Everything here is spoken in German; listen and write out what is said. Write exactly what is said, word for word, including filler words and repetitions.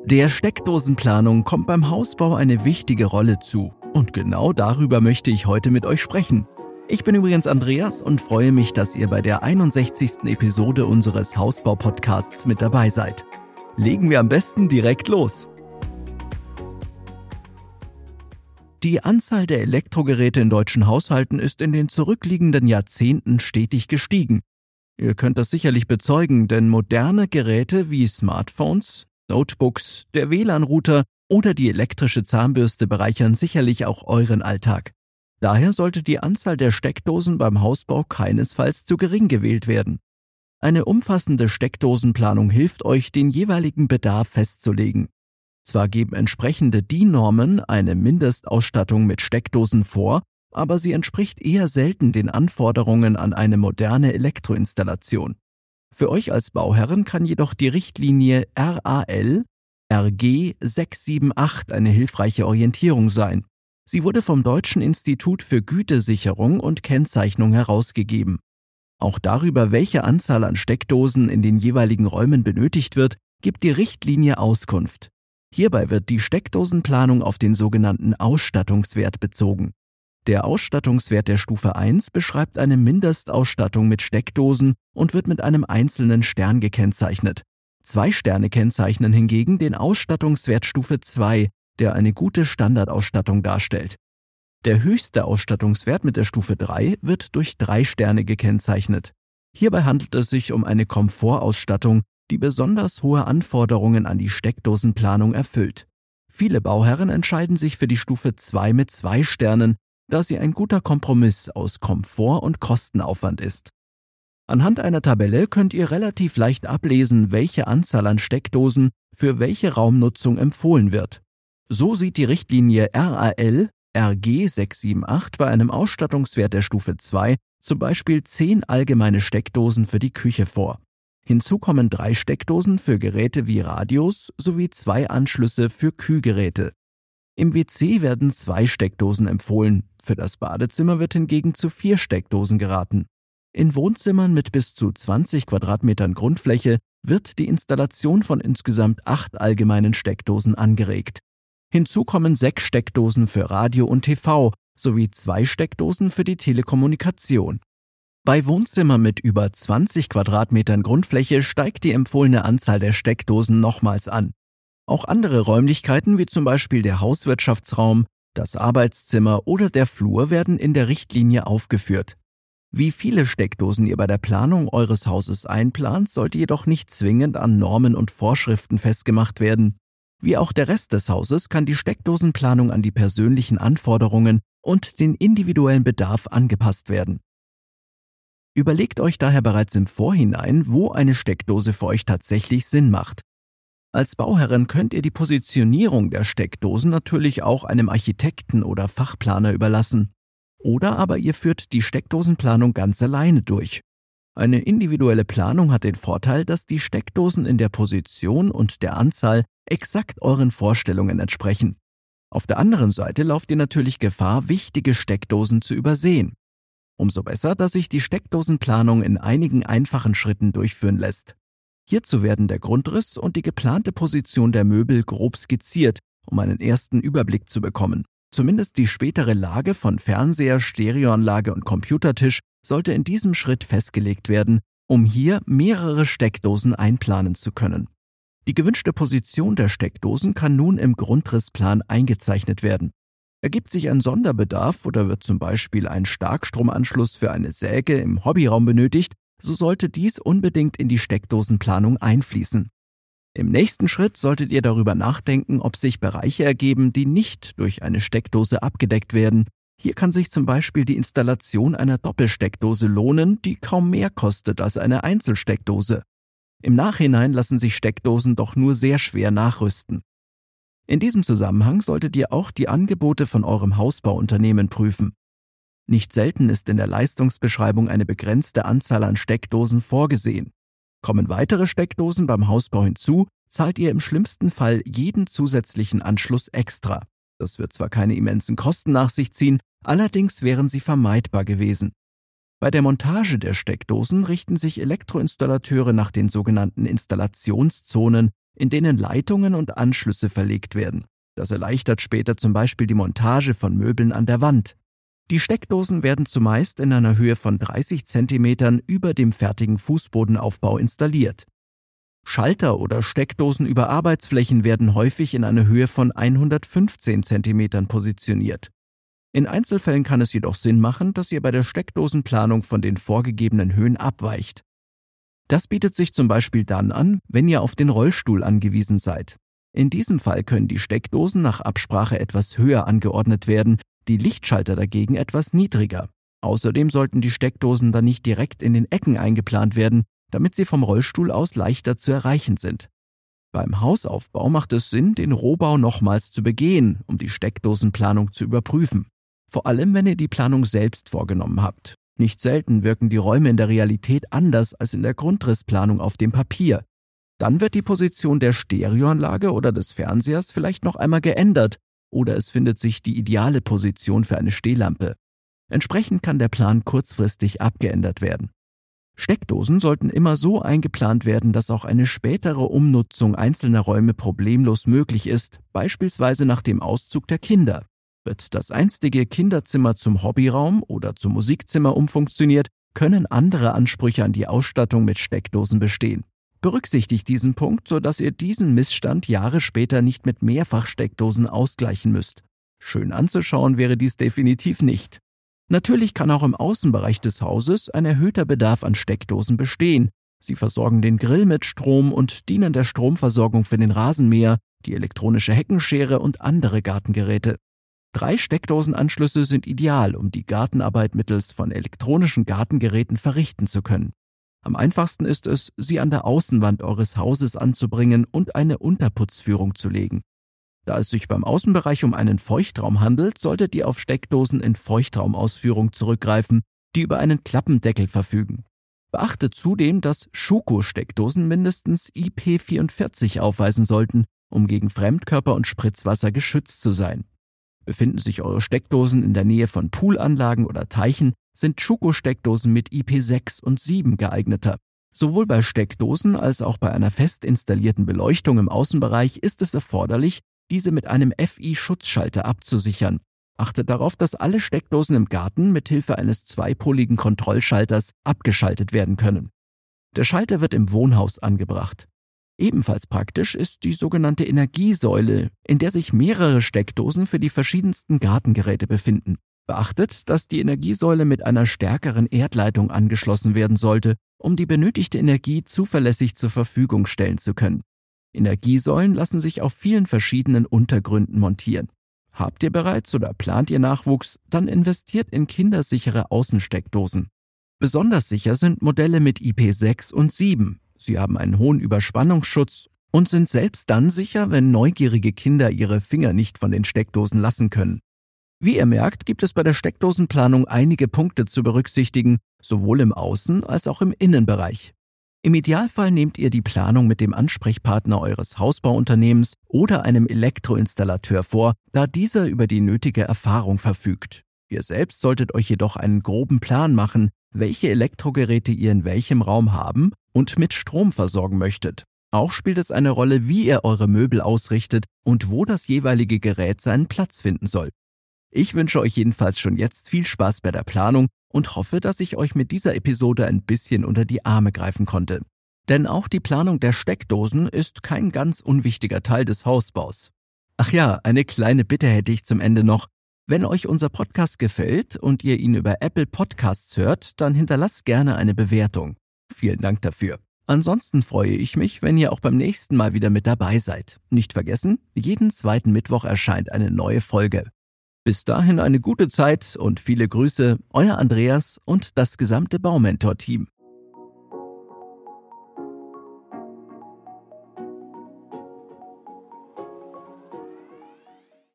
Der Steckdosenplanung kommt beim Hausbau eine wichtige Rolle zu. Und genau darüber möchte ich heute mit euch sprechen. Ich bin übrigens Andreas und freue mich, dass ihr bei der einundsechzigsten Episode unseres Hausbau-Podcasts mit dabei seid. Legen wir am besten direkt los. Die Anzahl der Elektrogeräte in deutschen Haushalten ist in den zurückliegenden Jahrzehnten stetig gestiegen. Ihr könnt das sicherlich bezeugen, denn moderne Geräte wie Smartphones, Notebooks, der W L A N-Router oder die elektrische Zahnbürste bereichern sicherlich auch euren Alltag. Daher sollte die Anzahl der Steckdosen beim Hausbau keinesfalls zu gering gewählt werden. Eine umfassende Steckdosenplanung hilft euch, den jeweiligen Bedarf festzulegen. Zwar geben entsprechende D I N-Normen eine Mindestausstattung mit Steckdosen vor, aber sie entspricht eher selten den Anforderungen an eine moderne Elektroinstallation. Für euch als Bauherren kann jedoch die Richtlinie R A L R G sechs sieben acht eine hilfreiche Orientierung sein. Sie wurde vom Deutschen Institut für Gütesicherung und Kennzeichnung herausgegeben. Auch darüber, welche Anzahl an Steckdosen in den jeweiligen Räumen benötigt wird, gibt die Richtlinie Auskunft. Hierbei wird die Steckdosenplanung auf den sogenannten Ausstattungswert bezogen. Der Ausstattungswert der Stufe eins beschreibt eine Mindestausstattung mit Steckdosen und wird mit einem einzelnen Stern gekennzeichnet. Zwei Sterne kennzeichnen hingegen den Ausstattungswert Stufe zwei, der eine gute Standardausstattung darstellt. Der höchste Ausstattungswert mit der Stufe drei wird durch drei Sterne gekennzeichnet. Hierbei handelt es sich um eine Komfortausstattung, die besonders hohe Anforderungen an die Steckdosenplanung erfüllt. Viele Bauherren entscheiden sich für die Stufe zwei mit zwei Sternen, da sie ein guter Kompromiss aus Komfort und Kostenaufwand ist. Anhand einer Tabelle könnt ihr relativ leicht ablesen, welche Anzahl an Steckdosen für welche Raumnutzung empfohlen wird. So sieht die Richtlinie R A L R G sechs sieben acht bei einem Ausstattungswert der Stufe zwei zum Beispiel zehn allgemeine Steckdosen für die Küche vor. Hinzu kommen drei Steckdosen für Geräte wie Radios sowie zwei Anschlüsse für Kühlgeräte. Im W C werden zwei Steckdosen empfohlen, für das Badezimmer wird hingegen zu vier Steckdosen geraten. In Wohnzimmern mit bis zu zwanzig Quadratmetern Grundfläche wird die Installation von insgesamt acht allgemeinen Steckdosen angeregt. Hinzu kommen sechs Steckdosen für Radio und T V sowie zwei Steckdosen für die Telekommunikation. Bei Wohnzimmern mit über zwanzig Quadratmetern Grundfläche steigt die empfohlene Anzahl der Steckdosen nochmals an. Auch andere Räumlichkeiten wie zum Beispiel der Hauswirtschaftsraum, das Arbeitszimmer oder der Flur werden in der Richtlinie aufgeführt. Wie viele Steckdosen ihr bei der Planung eures Hauses einplant, sollte jedoch nicht zwingend an Normen und Vorschriften festgemacht werden. Wie auch der Rest des Hauses kann die Steckdosenplanung an die persönlichen Anforderungen und den individuellen Bedarf angepasst werden. Überlegt euch daher bereits im Vorhinein, wo eine Steckdose für euch tatsächlich Sinn macht. Als Bauherrin könnt ihr die Positionierung der Steckdosen natürlich auch einem Architekten oder Fachplaner überlassen. Oder aber ihr führt die Steckdosenplanung ganz alleine durch. Eine individuelle Planung hat den Vorteil, dass die Steckdosen in der Position und der Anzahl exakt euren Vorstellungen entsprechen. Auf der anderen Seite lauft ihr natürlich Gefahr, wichtige Steckdosen zu übersehen. Umso besser, dass sich die Steckdosenplanung in einigen einfachen Schritten durchführen lässt. Hierzu werden der Grundriss und die geplante Position der Möbel grob skizziert, um einen ersten Überblick zu bekommen. Zumindest die spätere Lage von Fernseher, Stereoanlage und Computertisch sollte in diesem Schritt festgelegt werden, um hier mehrere Steckdosen einplanen zu können. Die gewünschte Position der Steckdosen kann nun im Grundrissplan eingezeichnet werden. Ergibt sich ein Sonderbedarf oder wird zum Beispiel ein Starkstromanschluss für eine Säge im Hobbyraum benötigt, so sollte dies unbedingt in die Steckdosenplanung einfließen. Im nächsten Schritt solltet ihr darüber nachdenken, ob sich Bereiche ergeben, die nicht durch eine Steckdose abgedeckt werden. Hier kann sich zum Beispiel die Installation einer Doppelsteckdose lohnen, die kaum mehr kostet als eine Einzelsteckdose. Im Nachhinein lassen sich Steckdosen doch nur sehr schwer nachrüsten. In diesem Zusammenhang solltet ihr auch die Angebote von eurem Hausbauunternehmen prüfen. Nicht selten ist in der Leistungsbeschreibung eine begrenzte Anzahl an Steckdosen vorgesehen. Kommen weitere Steckdosen beim Hausbau hinzu, zahlt ihr im schlimmsten Fall jeden zusätzlichen Anschluss extra. Das wird zwar keine immensen Kosten nach sich ziehen, allerdings wären sie vermeidbar gewesen. Bei der Montage der Steckdosen richten sich Elektroinstallateure nach den sogenannten Installationszonen in denen Leitungen und Anschlüsse verlegt werden. Das erleichtert später zum Beispiel die Montage von Möbeln an der Wand. Die Steckdosen werden zumeist in einer Höhe von dreißig Zentimetern über dem fertigen Fußbodenaufbau installiert. Schalter oder Steckdosen über Arbeitsflächen werden häufig in einer Höhe von hundertfünfzehn Zentimetern positioniert. In Einzelfällen kann es jedoch Sinn machen, dass ihr bei der Steckdosenplanung von den vorgegebenen Höhen abweicht. Das bietet sich zum Beispiel dann an, wenn ihr auf den Rollstuhl angewiesen seid. In diesem Fall können die Steckdosen nach Absprache etwas höher angeordnet werden, die Lichtschalter dagegen etwas niedriger. Außerdem sollten die Steckdosen dann nicht direkt in den Ecken eingeplant werden, damit sie vom Rollstuhl aus leichter zu erreichen sind. Beim Hausaufbau macht es Sinn, den Rohbau nochmals zu begehen, um die Steckdosenplanung zu überprüfen. Vor allem, wenn ihr die Planung selbst vorgenommen habt. Nicht selten wirken die Räume in der Realität anders als in der Grundrissplanung auf dem Papier. Dann wird die Position der Stereoanlage oder des Fernsehers vielleicht noch einmal geändert oder es findet sich die ideale Position für eine Stehlampe. Entsprechend kann der Plan kurzfristig abgeändert werden. Steckdosen sollten immer so eingeplant werden, dass auch eine spätere Umnutzung einzelner Räume problemlos möglich ist, beispielsweise nach dem Auszug der Kinder. Wird das einstige Kinderzimmer zum Hobbyraum oder zum Musikzimmer umfunktioniert, können andere Ansprüche an die Ausstattung mit Steckdosen bestehen. Berücksichtigt diesen Punkt, sodass ihr diesen Missstand Jahre später nicht mit Mehrfachsteckdosen ausgleichen müsst. Schön anzuschauen wäre dies definitiv nicht. Natürlich kann auch im Außenbereich des Hauses ein erhöhter Bedarf an Steckdosen bestehen. Sie versorgen den Grill mit Strom und dienen der Stromversorgung für den Rasenmäher, die elektronische Heckenschere und andere Gartengeräte. Drei Steckdosenanschlüsse sind ideal, um die Gartenarbeit mittels von elektronischen Gartengeräten verrichten zu können. Am einfachsten ist es, sie an der Außenwand eures Hauses anzubringen und eine Unterputzführung zu legen. Da es sich beim Außenbereich um einen Feuchtraum handelt, solltet ihr auf Steckdosen in Feuchtraumausführung zurückgreifen, die über einen Klappendeckel verfügen. Beachtet zudem, dass Schuko-Steckdosen mindestens I P vierundvierzig aufweisen sollten, um gegen Fremdkörper und Spritzwasser geschützt zu sein. Befinden sich eure Steckdosen in der Nähe von Poolanlagen oder Teichen, sind Schuko-Steckdosen mit I P sechs und sieben geeigneter. Sowohl bei Steckdosen als auch bei einer fest installierten Beleuchtung im Außenbereich ist es erforderlich, diese mit einem F I-Schutzschalter abzusichern. Achtet darauf, dass alle Steckdosen im Garten mit Hilfe eines zweipoligen Kontrollschalters abgeschaltet werden können. Der Schalter wird im Wohnhaus angebracht. Ebenfalls praktisch ist die sogenannte Energiesäule, in der sich mehrere Steckdosen für die verschiedensten Gartengeräte befinden. Beachtet, dass die Energiesäule mit einer stärkeren Erdleitung angeschlossen werden sollte, um die benötigte Energie zuverlässig zur Verfügung stellen zu können. Energiesäulen lassen sich auf vielen verschiedenen Untergründen montieren. Habt ihr bereits oder plant ihr Nachwuchs, dann investiert in kindersichere Außensteckdosen. Besonders sicher sind Modelle mit I P sechs und sieben. Sie haben einen hohen Überspannungsschutz und sind selbst dann sicher, wenn neugierige Kinder ihre Finger nicht von den Steckdosen lassen können. Wie ihr merkt, gibt es bei der Steckdosenplanung einige Punkte zu berücksichtigen, sowohl im Außen- als auch im Innenbereich. Im Idealfall nehmt ihr die Planung mit dem Ansprechpartner eures Hausbauunternehmens oder einem Elektroinstallateur vor, da dieser über die nötige Erfahrung verfügt. Ihr selbst solltet euch jedoch einen groben Plan machen, welche Elektrogeräte ihr in welchem Raum haben und mit Strom versorgen möchtet. Auch spielt es eine Rolle, wie ihr eure Möbel ausrichtet und wo das jeweilige Gerät seinen Platz finden soll. Ich wünsche euch jedenfalls schon jetzt viel Spaß bei der Planung und hoffe, dass ich euch mit dieser Episode ein bisschen unter die Arme greifen konnte. Denn auch die Planung der Steckdosen ist kein ganz unwichtiger Teil des Hausbaus. Ach ja, eine kleine Bitte hätte ich zum Ende noch. Wenn euch unser Podcast gefällt und ihr ihn über Apple Podcasts hört, dann hinterlasst gerne eine Bewertung. Vielen Dank dafür. Ansonsten freue ich mich, wenn ihr auch beim nächsten Mal wieder mit dabei seid. Nicht vergessen, jeden zweiten Mittwoch erscheint eine neue Folge. Bis dahin eine gute Zeit und viele Grüße, euer Andreas und das gesamte Baumentor-Team.